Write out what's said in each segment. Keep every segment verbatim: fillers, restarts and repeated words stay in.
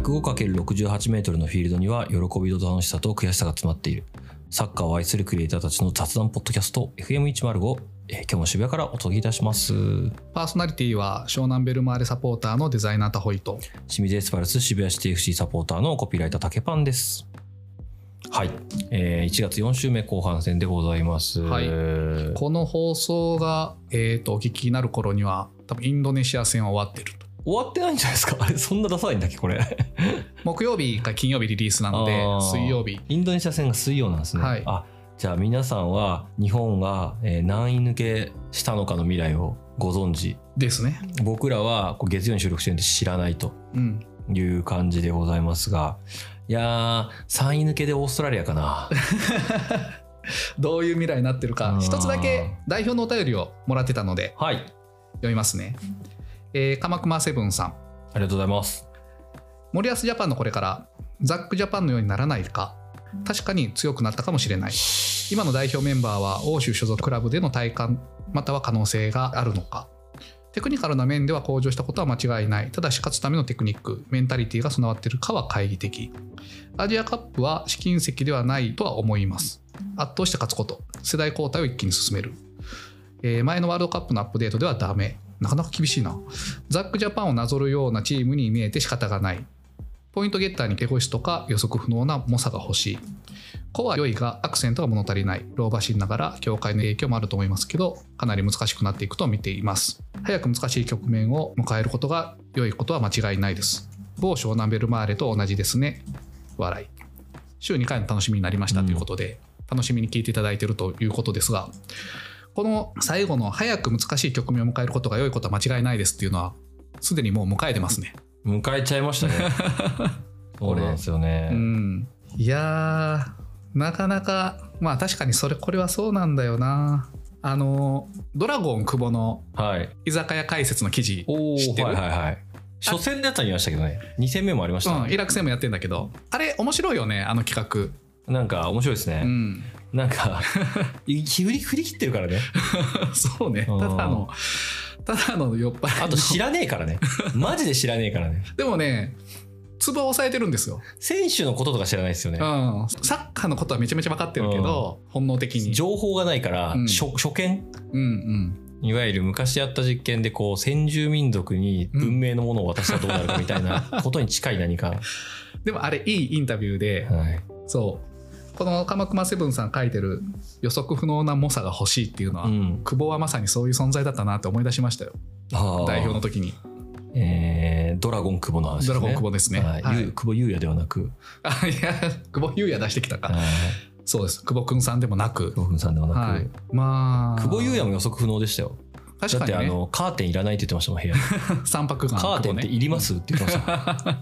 ひゃくごかけるろくじゅうはちメートルのフィールドには喜びと楽しさと悔しさが詰まっている。サッカーを愛するクリエイターたちの雑談ポッドキャスト エフエムひゃくご、えー、今日も渋谷からお届けいたします。 パーソナリティは湘南ベルマーレサポーターのデザイナータホイと清水エスパルス渋谷シティ エフシー サポーターのコピーライター竹パンです。はい、えー、いちがつよん週目後半戦でございます、 はい、この放送が、えー、とお聞きになる頃には多分インドネシア戦は終わってると。 終わってないんじゃないですか。あれそんなダサいんだっけこれ木曜日か金曜日リリースなので水曜日。 インドネシア戦が水曜なんですね、はい、あじゃあ皆さんは日本が何位抜けしたのかの未来をご存知ですね。 僕らは月曜に収録してるんで知らないという感じでございますが、うん、いやーさんい抜けでオーストラリアかなどういう未来になってるか一つだけ代表のお便りをもらってたので、はい、読みますね。えー、鎌熊セブンさん、 ありがとうございます。 森保ジャパンのこれからザックジャパンのようにならないか。確かに強くなったかもしれない。今の代表メンバーは欧州所属クラブでの体感または可能性があるのか。テクニカルな面では向上したことは間違いない。ただし勝つためのテクニックメンタリティが備わっているかは懐疑的。アジアカップは試金石ではないとは思います。圧倒して勝つこと、世代交代を一気に進める。えー、前のワールドカップのアップデートではダメ。なかなか厳しいな。ザックジャパンをなぞるようなチームに見えて仕方がない。ポイントゲッターに手越しとか予測不能な猛者が欲しい。コア良いがアクセントが物足りない。老婆心ながら協会の影響もあると思いますけど、かなり難しくなっていくと見ています。早く難しい局面を迎えることが良いことは間違いないです。某湘南ベルマーレと同じですね。笑い。週にかいの楽しみになりましたということで、うん、楽しみに聞いていただいているということですが、この最後の早く難しい局面を迎えることが良いことは間違いないですっていうのはすでにもう迎えてますね。 迎えちゃいましたねそうなんですよね、 うん、いやーなかなかまあ確かにそれこれはそうなんだよな。あのドラゴン久保の居酒屋解説の記事知ってる？ はいはいはい、初戦のやつは見ましたけどね。に戦目もありました、ね、 うん、イラク戦もやってんだけどあれ面白いよね。あの企画なんか面白いですね、うん、なんか振り振り切ってるからねそうね。ただのただの酔っ払いの。 あと知らねえからねマジで知らねえからね。 でもねツボを押さえてるんですよ。 選手のこととか知らないですよね、 うん、サッカーのことはめちゃめちゃ分かってるけど、うん、本能的に情報がないから、うん、初, 初見、うんうん、いわゆる昔やった実験でこう先住民族に文明のものを渡したらどうなるかみたいなことに近い何か、 うん、でもあれいいインタビューで、はい、そうこの鎌熊セブンさん書いてる予測不能な猛者が欲しいっていうのは、うん、久保はまさにそういう存在だったなって思い出しましたよ。代表の時に、 えー、ドラゴン久保の話ですね。 ドラゴン久保ですね、はいはい、久保優也ではなくあいや久保優也出してきたか、はい、そうです久保くんさんでもなく久保くんさんでもなく、はい、まあ久保優也も予測不能でしたよ。確かに、ね、だってあのカーテンいらないって言ってましたもん部屋三泊間カーテンっていります、ね、って言ってました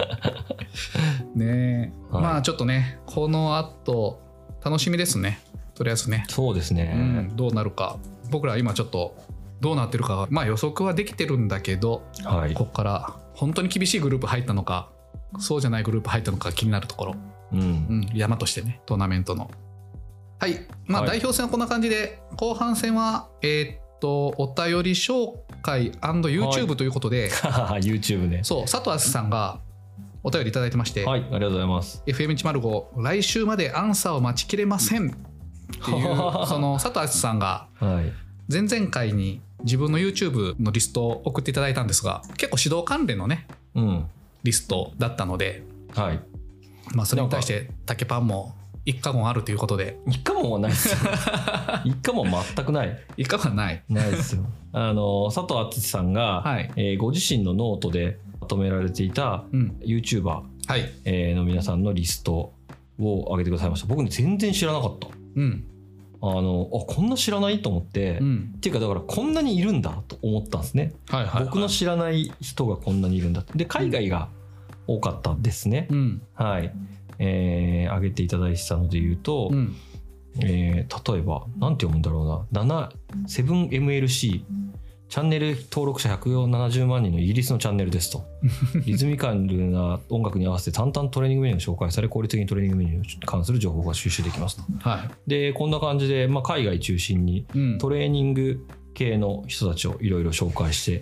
ねえ、はい、まあちょっとねこの後楽しみですね。とりあえずね。 そうですね、 うん、どうなるか僕ら今ちょっとどうなってるかまあ予測はできてるんだけど、はい、ここから本当に厳しいグループ入ったのかそうじゃないグループ入ったのか気になるところ、うんうん、山としてねトーナメントのはいまあ代表戦はこんな感じで、はい、後半戦はえー、っとお便り紹介 &YouTube ということで、 はい、YouTube ね。 そう佐藤敦さんがお便りいただいてまして、 はい、ありがとうございます。 エフエムひゃくご 来週までアンサーを待ちきれませんっていうその佐藤敦さんが前々回に自分の YouTube のリストを送っていただいたんですが結構指導関連のね、うん、リストだったので、はい、まあそれに対して竹パンも一家言あるということで。 一家言はないですよ一家言全くない一家言はないないですよあの佐藤敦さんが、はいえー、ご自身のノートでまとめられていた YouTuber、うんはいえー、の皆さんのリストを上げてくださいました。僕ね全然知らなかった、うん、あのあこんな知らないと思って、うん、っていうかだからこんなにいるんだと思ったんですね、はいはいはい、僕の知らない人がこんなにいるんだで海外が多かったですね、うんはいえー、上げていただいてたので言うと、うんえー、例えばなんて読むんだろうな なな セブンエムエルシーチャンネル登録者ひゃくななじゅうまんにんのイギリスのチャンネルですとリズミカルな音楽に合わせて淡々トレーニングメニューが紹介され効率的にトレーニングメニューに関する情報が収集できますと、はい、でこんな感じで、まあ、海外中心にトレーニング系の人たちをいろいろ紹介して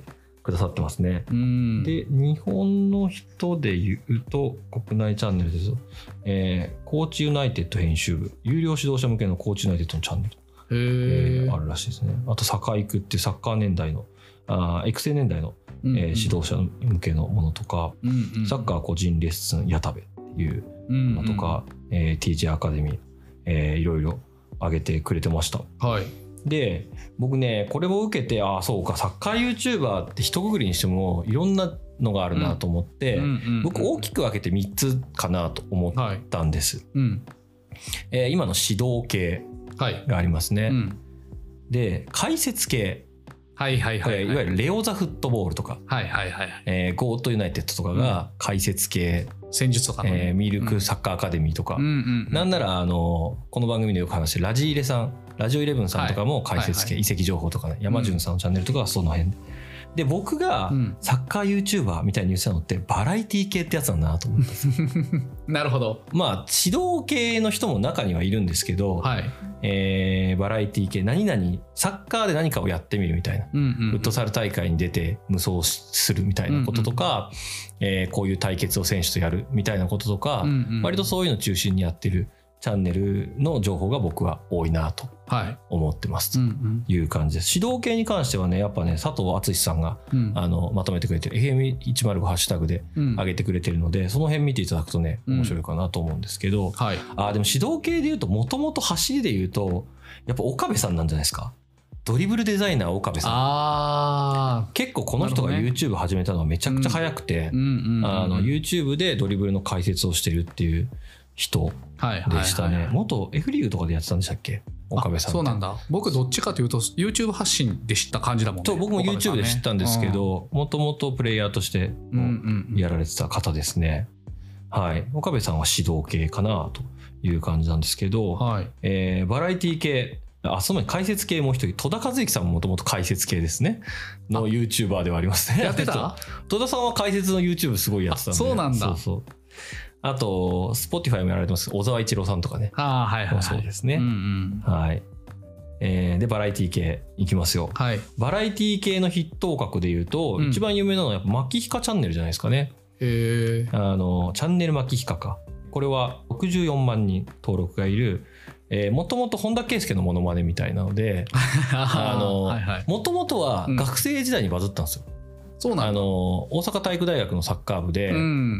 くださってますね。で日本の人で言うと国内チャンネルですと、えー、コーチユナイテッド編集部、有料指導者向けのコーチユナイテッドのチャンネル、えー、あるらしいですね。あとサッカー育ってサッカー年代のあ育成年代の、うんうん、えー、指導者向けのものとか、うんうん、サッカー個人レッスン矢田部っていうのとか、うんうん、えー、ティージェー アカデミー、えー、いろいろ上げてくれてました。はい。で僕ねこれを受けて、ああそうかサッカー YouTuber って一括りにしてもいろんなのがあるなと思って、うんうんうんうん、僕大きく分けてみっつかなと思ったんです、はい、うん、えー、今の指導系がありますね、はい、うん、で解説系、はいはいはいはい、いわゆるレオザフットボールとか、はいはいはい、えー、ゴーッドユナイテッドとかが解説系、うん、戦術とかの、ね、えー、ミルクサッカーアカデミーとか、うんうんうんうん、なんならあのこの番組でよく話してラジイレさん、ラジオイレブンさんとかも解説系、はいはいはい、移籍情報とかね、山潤さんのチャンネルとかはその辺で、うん、で僕がサッカー YouTuber みたいに言ってたのってバラエティ系ってやつなんだなと思ったんですなるほど。まあ指導系の人も中にはいるんですけど、はい、えー、バラエティ系何々サッカーで何かをやってみるみたいな、うんうんうん、フットサル大会に出て無双するみたいなこととか、うんうん、えー、こういう対決を選手とやるみたいなこととか、うんうん、割とそういうのを中心にやってるチャンネルの情報が僕は多いなと思ってます、はい、という感じです。指導系に関してはねやっぱね佐藤敦さんが、うん、あのまとめてくれてる エフエムひゃくご ハッシュタグで上げてくれてるので、うん、その辺見ていただくとね面白いかなと思うんですけど、うん、はい、あでも指導系でいうともともと走りでいうとやっぱ岡部さんなんじゃないですか。ドリブルデザイナー岡部さん、あ結構この人が YouTube 始めたのはめちゃくちゃ早くて、YouTube でドリブルの解説をしてるっていう人でしたね。元 F リーグとかでやってたんでしたっけ岡部さんって。そうなんだ。僕どっちかというと YouTube 発信で知った感じだもんね。と僕も YouTube で知ったんですけど、もともとプレイヤーとしてやられてた方ですね、うんうんうん、はい。岡部さんは指導系かなという感じなんですけど、はい、えー、バラエティ系、あ、その前解説系もう一人戸田和之さんももともと解説系ですねの YouTuber ではありますね。やってた戸田さんは解説の YouTube すごいやってたんで。そうなんだ。そうそう。あと Spotify もやられてます小沢一郎さんとかね。あ、はいはいはい、そうですね、うんうん、はい。えー、でバラエティ系いきますよ、はい、バラエティ系の筆頭格でいうと、うん、一番有名なのはやっぱマキヒカチャンネルじゃないですかね。へー、あのチャンネルマキヒカか。これはろくじゅうよんまんにん登録がいる、えー、もともと本田圭佑のモノマネみたいなのでもともとは学生時代にバズったんですよ、うん、そうなんだ。あの大阪体育大学のサッカー部で、うん、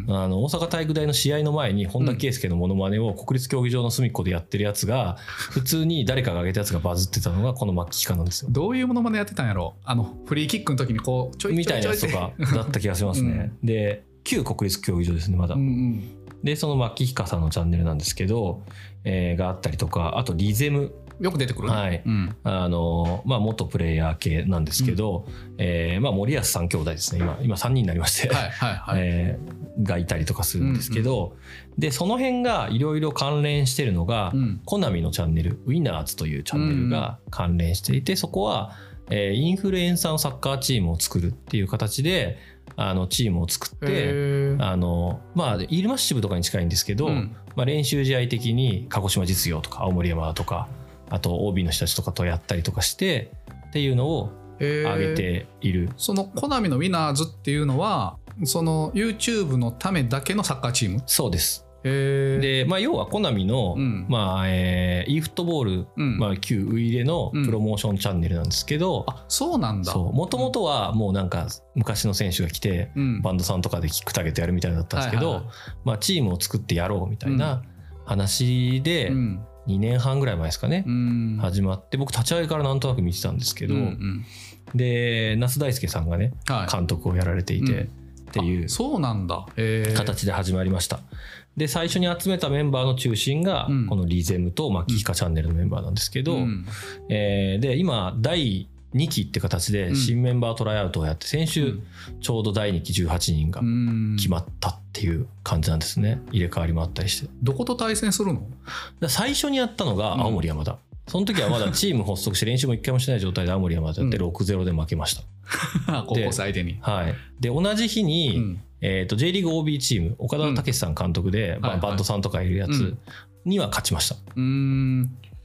あの大阪体育大の試合の前に本田圭佑のモノマネを国立競技場の隅っこでやってるやつが、うん、普通に誰かが上げたやつがバズってたのがこのマキヒカなんですよ。どういうモノマネやってたんやろ。あのフリーキックの時にこうちょいちょいちょいみたいなやつとかだった気がしますね、うん、で旧国立競技場ですねまだ、うんうん、でそのマキヒカさんのチャンネルなんですけど、えー、があったりとか、あとリゼムよく出てくる、ね、はい、うん、あのまあ、元プレイヤー系なんですけど、うん、えーまあ、森保三兄弟ですね。今今さんにんになりまして、はいはいはい、えー、がいたりとかするんですけど、うんうん、でその辺がいろいろ関連してるのが、うん、コナミのチャンネルウィナーズというチャンネルが関連していて、そこは、えー、インフルエンサーのサッカーチームを作るっていう形であのチームを作って、あのまあイルマッシブとかに近いんですけど、うん、まあ、練習試合的に鹿児島実業とか青森山とかあと オービー の人たちとかとやったりとかしてっていうのを上げている。そのコナミのウィナーズっていうのはその YouTube のためだけのサッカーチーム。そうです。で、まあ、要はコナミの、うん、まあえー、e フットボール、うん、まあ、旧ウイイレのプロモーションチャンネルなんですけど、うん、あ、そうなんだ。もともとはもうなんか昔の選手が来て、うん、バンドさんとかでキックタゲットやるみたいだったんですけど、はいはいはい、まあ、チームを作ってやろうみたいな話で、うん、にねんはんぐらい前ですかね、うん、始まって、僕立ち上げからなんとなく見てたんですけど、うんうん、で那須大輔さんがね、はい、監督をやられていて、うん、っていうそうなんだ、へー、形で始まりました。で最初に集めたメンバーの中心がこのリゼムとマキヒカチャンネルのメンバーなんですけど、うん、えー、で今だいにきって形で新メンバートライアウトをやって、先週ちょうどだいにきじゅうはちにんが決まったっていう感じなんですね。入れ替わりもあったりして。どこと対戦するの？最初にやったのが青森山田、うん、その時はまだチーム発足して練習も一回もしてない状態で青森山田やって ろくたいゼロ で負けました、うん、高校生相手に。はい。で同じ日に、うん、えー、と J リーグ オービー チーム岡田武史さん監督で、うん、まあ、バッドさんとかいるやつには勝ちました、うん、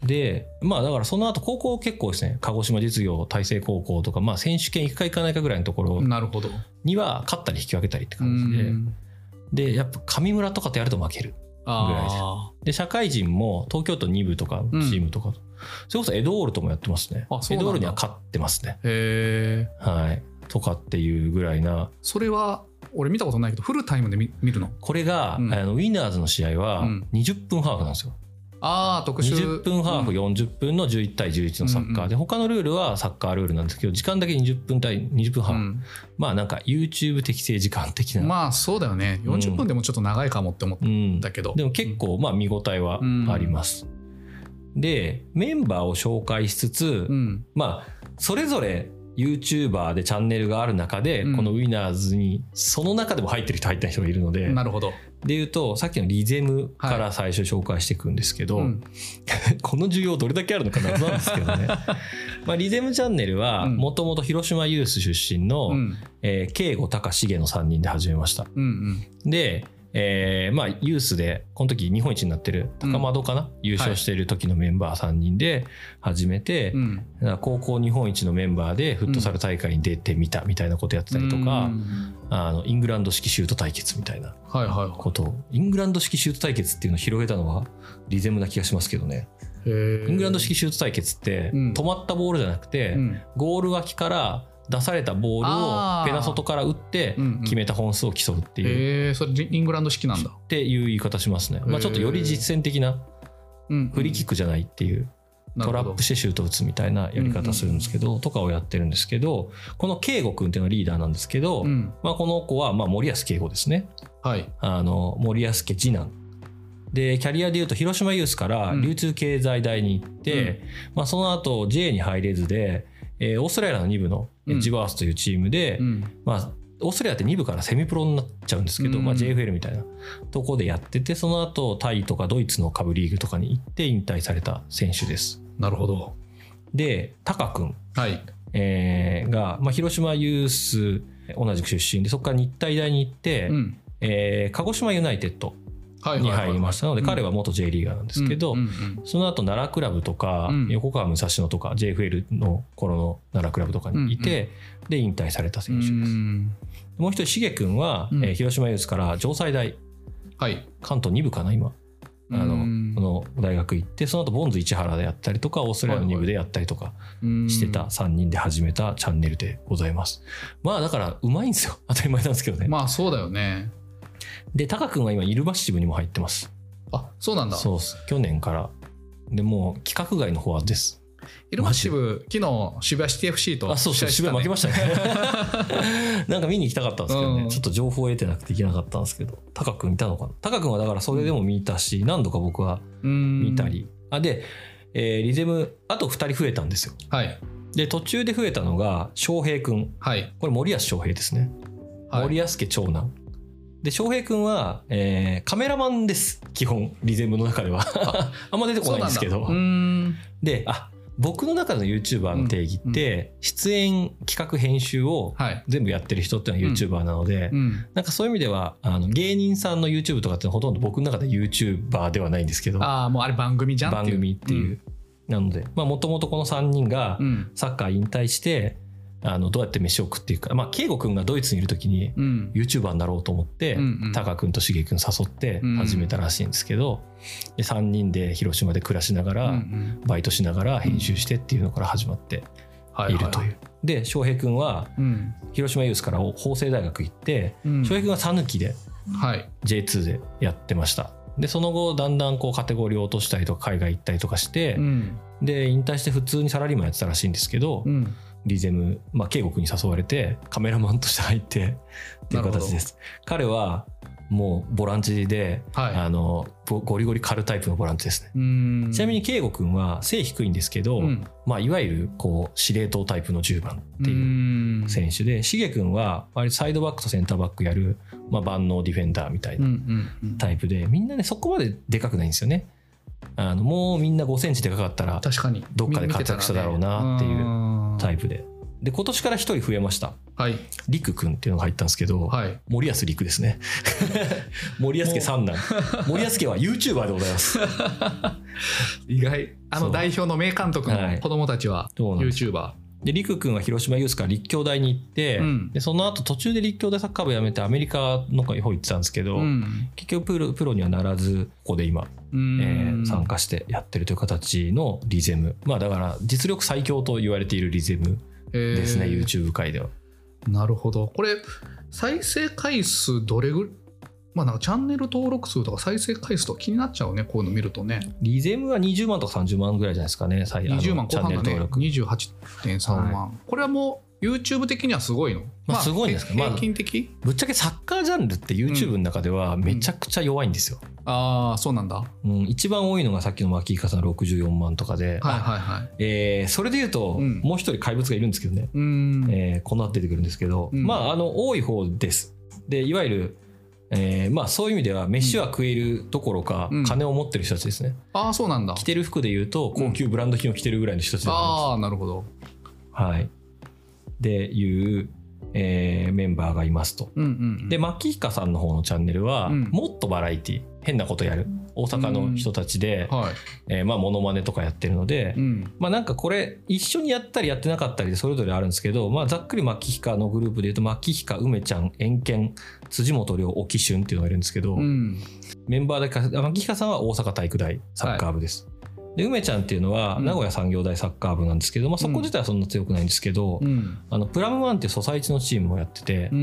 でまあだからその後高校結構ですね、鹿児島実業、大成高校とか、まあ選手権行くか行かないかぐらいのところには勝ったり引き分けたりって感じで、でやっぱ上村とかとやると負けるぐらいです。で社会人も東京都に部とかチームとか、うん、それこそエドオールともやってますね。エドオールには勝ってますね。 へー、 はい、とかっていうぐらいな。 それは俺見たことないけどフルタイムで 見, 見るのこれが、うん、あのウィナーズの試合はにじゅっぷんハーフなんですよ。 ああ、特殊。 にじゅっぷんハーフ、よんじゅっぷんのじゅういち対じゅういちのサッカーで、他のルールはサッカールールなんですけど、時間だけにじゅっぷん対にじゅっぷんハーフ、うん、まあなんか YouTube 適正時間的な。 まあそうだよね。よんじゅっぷんでもちょっと長いかもって思ったけど、 うん、でも結構まあ見応えはあります、うん、でメンバーを紹介しつつ、うん、まあそれぞれYouTuber でチャンネルがある中で、うん、このウィナーズにその中でも入ってる人入った人がいるので、 なるほど。 でいうとさっきのリゼムから最初紹介していくんですけど、はい、うん、この需要どれだけあるのか謎なんですけどねまあリゼムチャンネルはもともと広島ユース出身の、うん、えー、慶吾高重のさんにんで始めました、うんうん、でえー、まあユースでこの時日本一になってる高円かな、うん、優勝している時のメンバーさんにんで始めて、はい、高校日本一のメンバーでフットサル大会に出てみたみたいなことやってたりとか、うん、あのイングランド式シュート対決みたいなことを、はいはいはい、イングランド式シュート対決っていうのを広げたのはリゼムな気がしますけどね。イングランド式シュート対決って、うん、止まったボールじゃなくて、うん、ゴール脇から出されたボールをペナ外から打って決めた本数を競うっていう、うんうん、 えー、それイングランド式なんだっていう言い方しますね、まあ、ちょっとより実践的なフリーキックじゃないっていう、トラップしてシュート打つみたいなやり方するんですけど、とかをやってるんですけど、この慶吾君っていうのはリーダーなんですけど、まあ、この子はまあ森保慶吾ですね、はい、あの森保家次男で、キャリアでいうと広島ユースから流通経済大に行って、うん、まあ、その後 ジェイ に入れずで、えー、オーストラリアのに部のエッジバースというチームで、うん、まあ、オーストラリアってに部からセミプロになっちゃうんですけど、うん、まあ、ジェイエフエルみたいなとこでやってて、その後タイとかドイツの下部リーグとかに行って引退された選手です。 なるほど。 でタカ君、 はい、 えー、が、まあ、広島ユース同じく出身で、そこから日体大に行って、うん、えー、鹿児島ユナイテッドに入りましたので、彼は元 J リーガーなんですけど、その後奈良クラブとか横川武蔵野とか ジェイエフエル の頃の奈良クラブとかにいて、で引退された選手です。もう一人しげ君は広島ユースから城西大、関東に部かな今、あのこの大学行って、その後ボンズ市原でやったりとかオーストラリアのに部でやったりとかしてたさんにんで始めたチャンネルでございます。まあだからうまいんですよ、当たり前なんですけどね。 まあそうだよね。 でタカ君は今イルバッシブにも入ってます。 あ、そうなんだ。 そうです、去年からでもう規格外のフォワードです。 イルバッシブ昨日渋谷シティ エフシー と、 あ、そうそう、渋谷負けましたねなんか見に行きたかったんですけどね、うん、ちょっと情報を得てなくて行けなかったんですけど、タカ君いたのかな。タカ君はだからそれでも見たし、うん、何度か僕は見たり、あで、えー、リゼムあとふたり増えたんですよ。はい。で途中で増えたのが翔平君、はい、これ森保翔平ですね、はい、森保家長男で、翔平君は、えー、カメラマンです基本リゼムの中ではあんま出てこないんですけど、うーんで、あ、僕の中の YouTuber の定義って、うんうん、出演企画編集を全部やってる人っていうのは YouTuber なので、うんうん、なんかそういう意味ではあの芸人さんの YouTube とかってほとんど僕の中で YouTuber ではないんですけど、 ああ、もうあれ番組じゃんっていう、番組っていう、うん、なのでもともとこのさんにんがサッカー引退して、あのどうやって飯を食っていくか、まあ、慶吾君がドイツにいる時に YouTuber になろうと思って、うんうん、タカ君としげ君誘って始めたらしいんですけど、うん、でさんにんで広島で暮らしながら、うんうん、バイトしながら編集してっていうのから始まっているという、で翔平君は広島ユースから法政大学行って、うん、翔平君は讃岐で ジェイツー でやってました。でその後だんだんこうカテゴリーを落としたりとか海外行ったりとかして、うん、で引退して普通にサラリーマンやってたらしいんですけど、うん、リゼム、まあ、慶吾君に誘われてカメラマンとして入ってっていう形です。彼はもうボランチで、はい、あのゴリゴリ狩るタイプのボランチですね。うーん、ちなみに慶吾君は背低いんですけど、うん、まあ、いわゆるこう司令塔タイプのじゅうばんっていう選手で、しげ君は割とサイドバックとセンターバックやる、まあ、万能ディフェンダーみたいなタイプで、うんうんうん、みんなねそこまででかくないんですよね。あのもうみんなごセンチでかかったらどっかで活躍しただろうなっていうタイプで、 で今年から一人増えました。 はい。 りくくんっていうのが入ったんですけど、はい、森保りくですね。森保家三男。森保家は YouTuber でございます。 意外。あの代表の名監督の子供たちは YouTuber。 でりくくんは広島ユースから立教大に行って、うん、でその後途中で立教大サッカー部辞めてアメリカの方行ってたんですけど、うん、結局プロ、プロにはならずここで今、えー、参加してやってるという形のリゼム、まあだから実力最強と言われているリゼムですね、えー、YouTube 界では。 なるほど。これ再生回数どれぐらい、まあ、なんかチャンネル登録数とか再生回数とか気になっちゃうね、こういうの見るとね。 リゼムはにじゅうまんとかさんじゅうまんぐらいじゃないですかね。 にじゅうまん後半だね。にじゅうはちてんさんまん、はい、これはもう YouTube 的にはすごいの、 まあ、すごいんですけど、 まあ、平均的、 まあ、ぶっちゃけサッカージャンルって YouTube の中ではめちゃくちゃ弱いんですよ、うんうん、 ああそうなんだ、 うん、一番多いのがさっきの牧井さんのろくじゅうよんまんとかで、はいはいはい、えー、それでいうと、うん、もう一人怪物がいるんですけどね、うんえー、この後出てくるんですけど、うん、まああの多い方です。でいわゆるえーまあ、そういう意味では飯は食えるどころか金を持ってる人たちですね、 うん、ああそうなんだ。 着てる服でいうと高級ブランド品を着てるぐらいの人たちで、うん、 ああなるほど、 はいでいう、えー、メンバーがいますと、うんうんうん、で牧彦さんの方のチャンネルは、うん、もっとバラエティ変なことやる大阪の人たちで、うんはいえー、まあモノマネとかやってるので、うん、まあなんかこれ一緒にやったりやってなかったりでそれぞれあるんですけど、まあざっくり牧彦のグループでいうと牧彦、梅ちゃん、遠見、辻本涼、沖俊っていうのがいるんですけど、うん、メンバーだけ牧彦さんは大阪体育大サッカー部です、はい、で梅ちゃんっていうのは名古屋産業大サッカー部なんですけど、まあ、そこ自体はそんな強くないんですけど、うん、あのプラムワンっていうソサイチのチームをやってて、うん、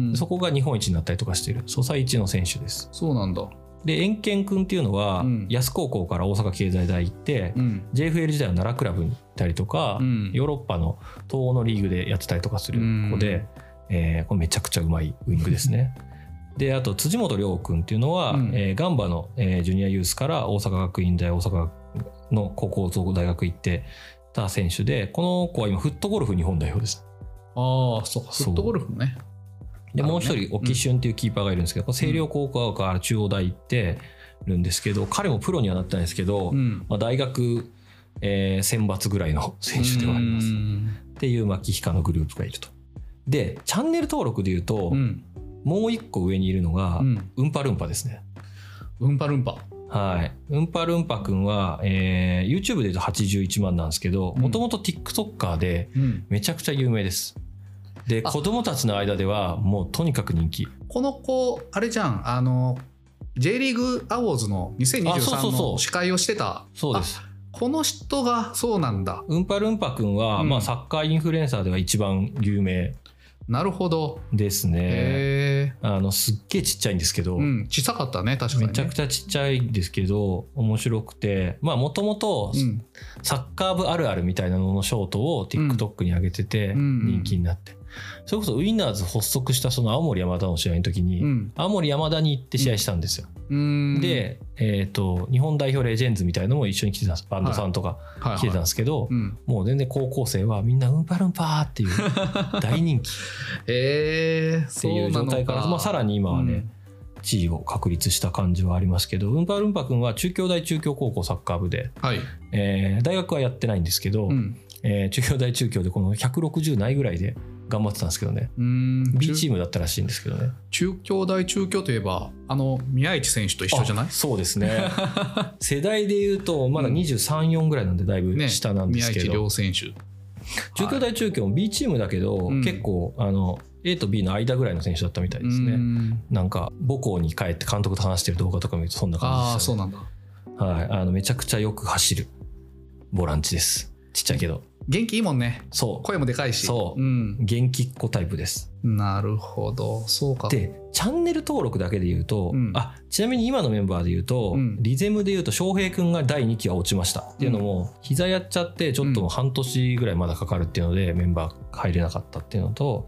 そこが日本一になったりとかしているソサイチの選手です。 そうなんだ。 で遠見君っていうのは、うん、安高校から大阪経済大行って、うん、ジェイエフエル 時代の奈良クラブに行ったりとか、うん、ヨーロッパの東欧のリーグでやってたりとかする子で、うんえー、これめちゃくちゃうまいウイングですね。であと辻本涼君っていうのは、うんえー、ガンバの、えー、ジュニアユースから大阪学院大大阪の高校と大学行ってた選手で、この子は今フットゴルフ日本代表です。 ああそうか、フットゴルフね。 でもう一人沖俊っていうキーパーがいるんですけど、星稜高校から中央大行ってるんですけど、彼もプロにはなってないですけど、うんまあ、大学、えー、選抜ぐらいの選手ではありますっていう牧彦のグループがいると。でチャンネル登録でいうと、うん、もう一個上にいるのが、うん、ウンパルンパですね。 ウンパルンパ、 はい、ウンパルンパくんは、えー、YouTube でいうとはちじゅういちまんなんですけど、もともと TikToker でめちゃくちゃ有名です。で子供たちの間ではもうとにかく人気。 この子あれじゃん、あの J リーグアウォーズのにせんにじゅうさんの司会をしてた。 そうです。 この人がそうなんだ。 ウンパルンパくんは、うんまあ、サッカーインフルエンサーでは一番有名。 なるほどですね。あのすっげえちっちゃいんですけど、うん、 小さかったね確かにね。 めちゃくちゃちっちゃいんですけど面白くて、まあもともとサッカー部あるあるみたいなののショートを TikTok に上げてて人気になって、うんうんうん、それこそウィンナーズ発足したその青森山田の試合の時に、うん、青森山田に行って試合したんですよ、うん、で、えーと、日本代表レジェンズみたいのも一緒に来てたんです。バンドさんとか来てたんですけど、はいはいはい、もう全然高校生はみんなウンパルンパーっていう大人気えっていう状態から、まあ、さらに今はね、うん地位を確立した感じはありますけど、ウンパルンパ君は中京大中京高校サッカー部で、はいえー、大学はやってないんですけど、うんえー、中京大中京でこのひゃくろくじゅうないぐらいで頑張ってたんですけどね。うーん B チームだったらしいんですけどね。 中京大中京といえばあの宮市選手と一緒じゃない？ そうですね世代でいうとまだにじゅうさん、よんぐらいなんでだいぶ下なんですけど、 ね、宮市両選手中京大中京も B チームだけど、はい、結構あのA と B の間ぐらいの選手だったみたいですね。んなんか母校に帰って監督と話してる動画とか見るとそんな感じでしたね。 ああそうなんだ。 はい、あのめちゃくちゃよく走るボランチです。ちっちゃいけど元気いいもんね。 そう声もでかいしそう、うん、元気っ子タイプです。 なるほどそうか。 でチャンネル登録だけで言うと、うん、あちなみに今のメンバーで言うと、うん、リゼムで言うと翔平くんがだいにきは落ちましたっていうのも、うん、膝やっちゃってちょっと半年ぐらいまだかかるっていうので、うん、メンバー入れなかったっていうのと、うん、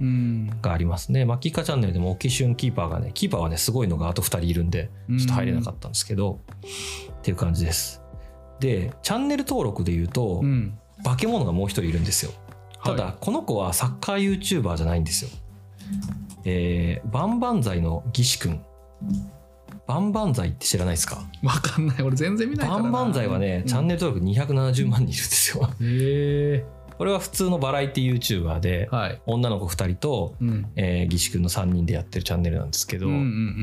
がありますね。マキカチャンネルでも沖俊キーパーがねキーパーはねすごいのがあとふたりいるんでちょっと入れなかったんですけど、うん、っていう感じです。でチャンネル登録で言うと、うん、化け物がもう一人いるんですよ。ただ、はい、この子はサッカー YouTuber じゃないんですよ。えー、バンバンザイの義士くん。バンバンザイって知らないですか？ わかんない、俺全然見ないからな。 バンバンザイはね、うん、チャンネル登録にひゃくななじゅうまんにんいるんですよ。へこれは普通のバラエティ YouTuber で、はい、女の子ふたりと、うんえー、義士くんのさんにんでやってるチャンネルなんですけど、うんうんうん、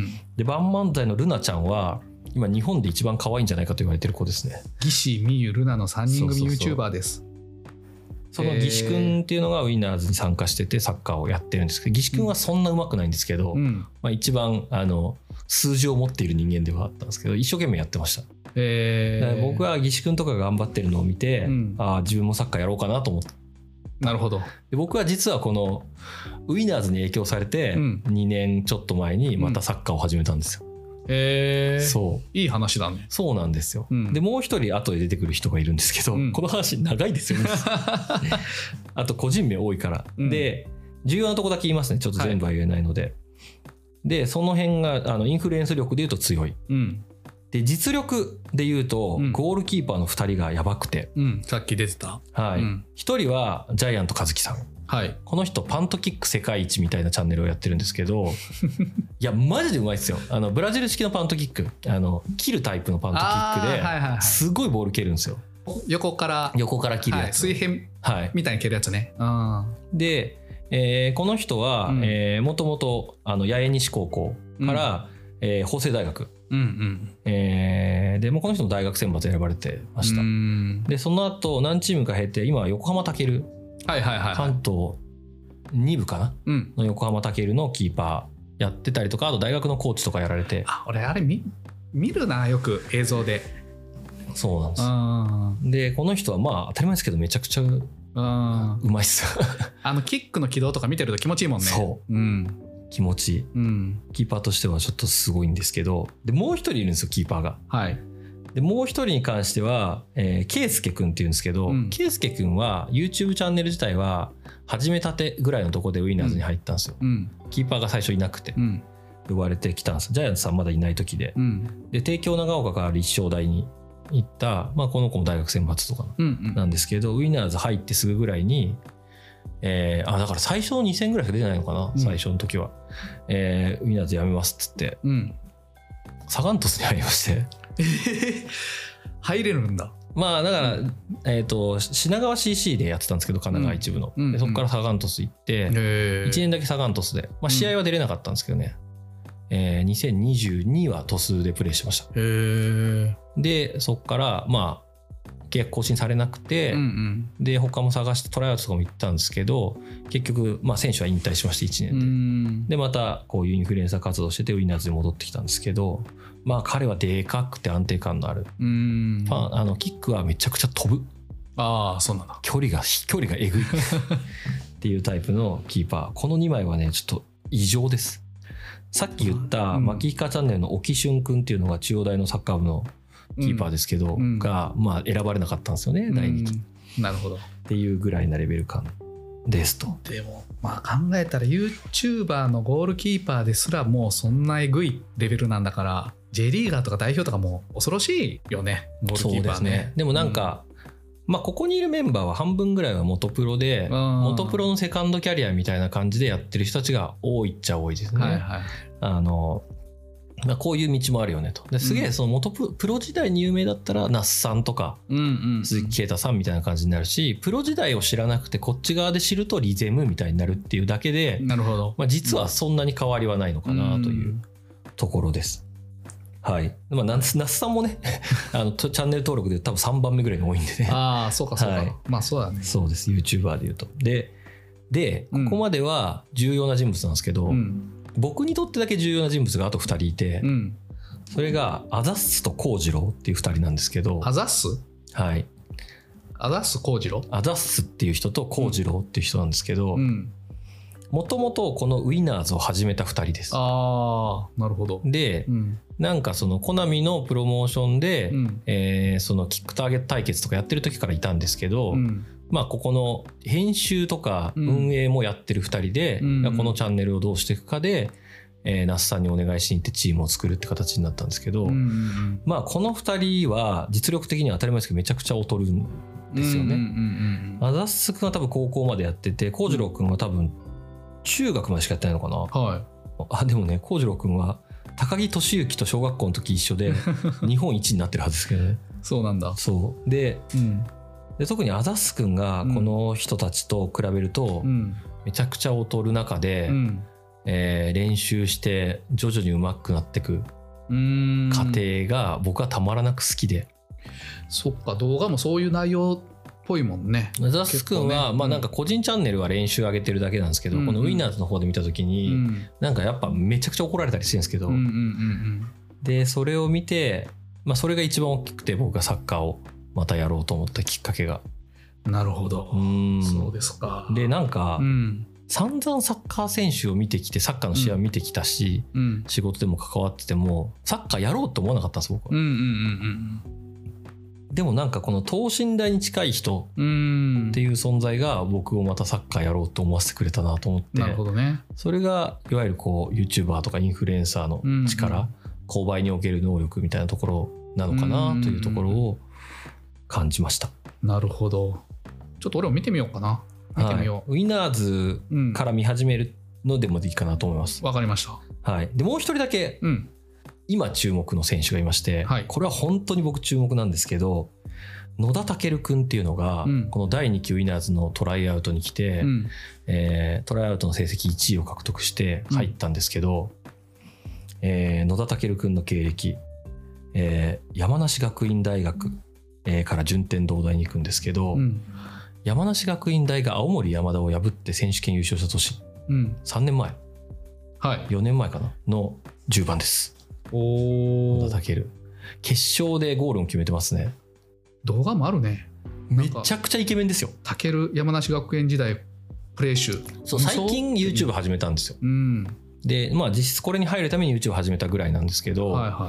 でバンマンザイのルナちゃんは今日本で一番可愛いんじゃないかと言われてる子ですね。 義士、みゆ、ルナのさんにん組 YouTuber です。 その義士くんっていうのがウィナーズに参加しててサッカーをやってるんですけど、義士くんはそんな上手くないんですけど、うんまあ、一番あの数字を持っている人間ではあったんですけど、一生懸命やってました。えー、僕は義士くんとかが頑張ってるのを見て、うん、あ自分もサッカーやろうかなと思って。 なるほど。 で僕は実はこのウィナーズに影響されてにねんちょっと前にまたサッカーを始めたんですよ。 へ、うん、えー、そういい話だね。 そうなんですよ、うん、でもう一人後で出てくる人がいるんですけど、うん、この話長いですよねあと個人名多いから、うん、で重要なとこだけ言いますね。ちょっと全部は言えないので、はい、でその辺があのインフルエンス力でいうと強い、うんで実力でいうと、うん、ゴールキーパーのふたりがやばくて、 うん、さっき出てた、 はいうん、ひとりはジャイアント和樹さん、はい、この人パントキック世界一みたいなチャンネルをやってるんですけどいやマジでうまいですよ。あのブラジル式のパントキック、あの切るタイプのパントキックで、はいはいはい、すごいボール蹴るんですよ。 横から横から切るやつ、 はい、水平みたいに蹴るやつね、はい、 で、えー、この人はもともと八重西高校から、うんえー、法政大学うんうんえー、でもうこの人も大学選抜選ばれてました。でその後何チームか経て今は横浜武尊、はいはいはいはい、関東に部かな、うん、の横浜武尊のキーパーやってたりとか、あと大学のコーチとかやられて。 あ俺あれ 見, 見るなよく映像で。 そうなんですよ。あでこの人はまあ当たり前ですけどめちゃくちゃうまいっすあのキックの軌道とか見てると気持ちいいもんね。 そう、うん気持ちいい、うん、キーパーとしてはちょっとすごいんですけど、でもう一人いるんですよキーパーが、はい、でもう一人に関しては、えー、ケイスケくんっていうんですけど、うん、ケイスケくんは YouTube チャンネル自体は始めたてぐらいのところでウィナーズに入ったんですよ、うん、キーパーが最初いなくて、うん、呼ばれてきたんです。ジャイアンツさんまだいない時で、うん、で帝京長岡から立正大に行った、まあ、この子も大学選抜とかなんですけど、うんうん、ウィナーズ入ってすぐぐらいにえー、あだから最初のに戦ぐらいしか出てないのかな、うん、最初の時は、えー、ウィナーズやめますっつって、うん、サガン鳥栖に入りまして入れるんだ。 まあだから、うんえー、と品川 シーシー でやってたんですけど神奈川一部の、うん、でそこからサガン鳥栖行って、うん、いちねんだけサガン鳥栖で、まあ、試合は出れなかったんですけどね、うんえー、にせんにじゅうには鳥栖でプレーしてました。へでそこからまあ契約更新されなくて、うんうん、で他も探してトライアウトとかも行ったんですけど結局、まあ、選手は引退しましていちねんで、うんでまたこういうインフルエンサー活動しててウィナーズに戻ってきたんですけど、まあ彼はでかくて安定感のある、うんあのキックはめちゃくちゃ飛ぶ。 ああそうなんだ。 距離が距離がえぐいっていうタイプのキーパー。このにまいはねちょっと異常です。さっき言った牧彦チャンネルの沖俊君っていうのが中央大のサッカー部のキーパーですけど、うん、が、まあ、選ばれなかったんですよね、うん、だいにき。 なるほど。 っていうぐらいなレベル感ですと。 でも、まあ、考えたら YouTuber のゴールキーパーですらもうそんなえぐいレベルなんだから J リーガーとか代表とかも恐ろしいよねゴールキーパーね。そうですね。 でもなんか、うんまあ、ここにいるメンバーは半分ぐらいは元プロで元プロのセカンドキャリアみたいな感じでやってる人たちが多いっちゃ多いですね。はいはい、あのまあ、こういう道もあるよねと。ですげえその元プロ時代に有名だったら那須さんとか鈴木啓太さんみたいな感じになるし、プロ時代を知らなくてこっち側で知るとリゼムみたいになるっていうだけで、なるほど、まあ、実はそんなに変わりはないのかなというところです。はい。まあ、那須さんもねあのチャンネル登録で多分さんばんめぐらいに多いんでね。 ああそうかそうか、はい、まあそうだね。 そうです YouTuber でいうと。ででここまでは重要な人物なんですけど、うん僕にとってだけ重要な人物があとふたりいて、うん、それがアザッスと幸次郎っていうふたりなんですけど。 アザッス？ はい。 アザッス幸次郎？ アザッスっていう人と幸次郎っていう人なんですけど、もともとこのウィナーズを始めたふたりです。 ああなるほど。 で、うん、なんかそのコナミのプロモーションで、うんえー、そのキックターゲット対決とかやってる時からいたんですけど、うんまあ、ここの編集とか運営もやってるふたりで、うん、このチャンネルをどうしていくかで、えー、那須さんにお願いしに行ってチームを作るって形になったんですけど、うん、まあこのふたりは実力的には当たり前ですけどめちゃくちゃ劣るんですよね。アザッス君は多分高校までやってて幸次郎君は多分中学までしかやってないのかな、はい、あでもね幸次郎君は高木俊之と小学校の時一緒で日本一になってるはずですけどね。 そうなんだ。 そうで、うんで特にアザス君がこの人たちと比べるとめちゃくちゃ劣る中で、うんえー、練習して徐々に上手くなっていく過程が僕はたまらなく好きで。 そっか、動画もそういう内容っぽいもんね。 アザス君は、ね、まあなんか個人チャンネルは練習上げてるだけなんですけど、うんうん、このウィナーズの方で見た時に、うん、なんかやっぱめちゃくちゃ怒られたりしてるんですけど、うんうんうんうん、でそれを見て、まあ、それが一番大きくて僕がサッカーをまたやろうと思ったきっかけが。 なるほど。うんそうですか。 でなんか、うん、散々サッカー選手を見てきてサッカーの試合を見てきたし、うん、仕事でも関わっててもサッカーやろうと思わなかったんです僕は、うんうんうんうん、でもなんかこの等身大に近い人っていう存在が僕をまたサッカーやろうと思わせてくれたなと思って。 なるほどね。 それがいわゆるこう YouTuber とかインフルエンサーの力、うんうん、購買における能力みたいなところなのかなというところを感じました。 なるほど。ちょっと俺も見てみようかな。見てみよう。 はい、ウィナーズから見始めるのでもいいかなと思います。 わ、うん、かりました。 はい。でもう一人だけ、うん、今注目の選手がいまして、はい、これは本当に僕注目なんですけど、野田健君っていうのが、うん、このだいにきウィナーズのトライアウトに来て、うんえー、トライアウトの成績いちいを獲得して入ったんですけど、うんえー、野田健君の経歴、えー、山梨学院大学、えー、から順天堂大に行くんですけど、うん山梨学院大が青森山田を破って選手権優勝した年、うん、さんねんまえ、はい、よねんまえかなのじゅうばんです。お野田健決勝でゴールを決めてますね。 動画もあるね。 めちゃくちゃイケメンですよ。 健山梨学園時代プレー集。 そう最近 YouTube 始めたんですよ、うん、でまあ実質これに入るために YouTube 始めたぐらいなんですけど、はいはい、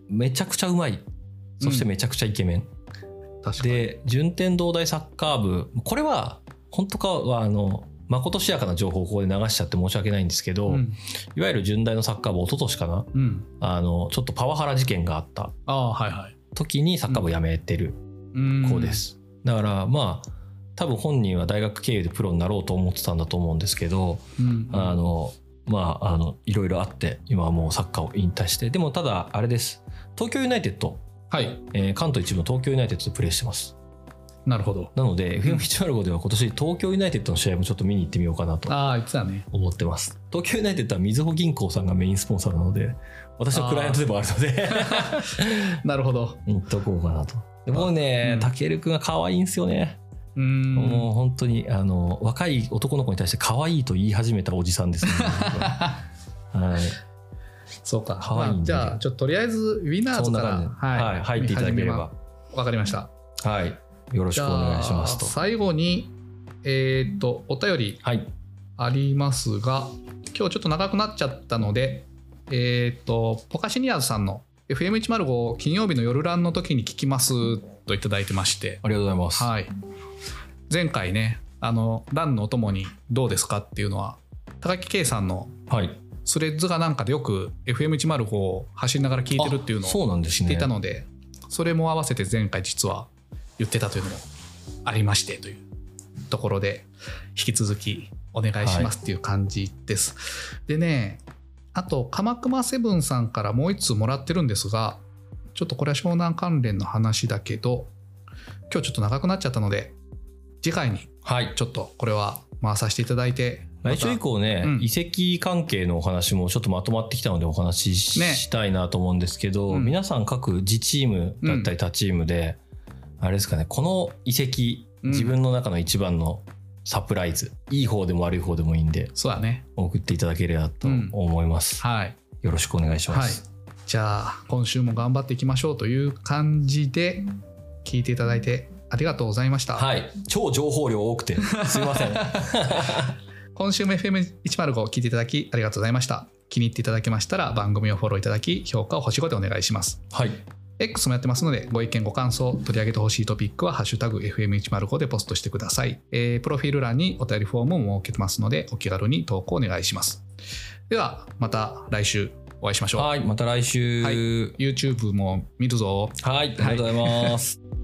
めちゃくちゃうまい。そしてめちゃくちゃイケメン、うんで順天堂大サッカー部これは本当かはあのまことしやかな情報をここで流しちゃって申し訳ないんですけど、うん、いわゆる順大のサッカー部一昨年かな、うん、あのちょっとパワハラ事件があった時にサッカー部を辞めてる子です、うん、だからまあ多分本人は大学経由でプロになろうと思ってたんだと思うんですけど、うん、あのまああのいろいろあって今はもうサッカーを引退して、でもただあれです、東京ユナイテッドはいえー、関東一部の東京ユナイテッドでプレーしてます。 なるほど。 なので、うん、エフエムひゃくご では今年東京ユナイテッドの試合もちょっと見に行ってみようかなと思ってます。東京ユナイテッドはみずほ銀行さんがメインスポンサーなので私のクライアントでもあるのでなるほど行っとこうかなと。でもね、たけるくんが可愛いんですよね。うーんもう本当にあの若い男の子に対して可愛いと言い始めたおじさんですねはいそうか、かわいいんで、まあ、じゃあちょっととりあえずウィナーズから、 はいはい、入っていただければ。 わかりました。 はい、よろしくお願いしますと。 最後にえっ、ー、とお便りありますが、はい、今日ちょっと長くなっちゃったので、えっ、ー、とポカシニアーズさんの エフエムひゃくご 金曜日の夜ランの時に聞きますといただいてまして、 ありがとうございます。 はい。前回ね、あのランのお供にどうですかっていうのは高木圭さんの、はいスレッズがなんかでよく エフエムひゃくご を走りながら聞いてるっていうのを知っていたので、それも合わせて前回実は言ってたというのもありましてというところで引き続きお願いしますっていう感じです、はい、でね、あと鎌熊セブンさんからもう一通もらってるんですが、ちょっとこれは湘南関連の話だけど今日ちょっと長くなっちゃったので次回にちょっとこれは回させていただいて、 来週以降ね、うん、移籍関係のお話もちょっとまとまってきたのでお話ししたいなと思うんですけど、ねうん、皆さん各自チームだったり他チームで、うん、あれですかね、この移籍自分の中の一番のサプライズ、うん、いい方でも悪い方でもいいんで、 そうだね、 送っていただければと思います、うん、はい、よろしくお願いします、 はい、じゃあ今週も頑張っていきましょうという感じで聞いていただいてありがとうございました。 はい、超情報量多くてすいません今週も エフエムひゃくご 聞いていただきありがとうございました。気に入っていただけましたら番組をフォローいただき評価を星ごでお願いします。はい。X もやってますのでご意見ご感想取り上げてほしいトピックはハッシュタグ エフエムひゃくご でポストしてください、えー、プロフィール欄にお便りフォームも設けてますのでお気軽に投稿お願いします。ではまた来週お会いしましょう。 はい、また来週、はい、 YouTube も見るぞ。 はい、ありがとうございます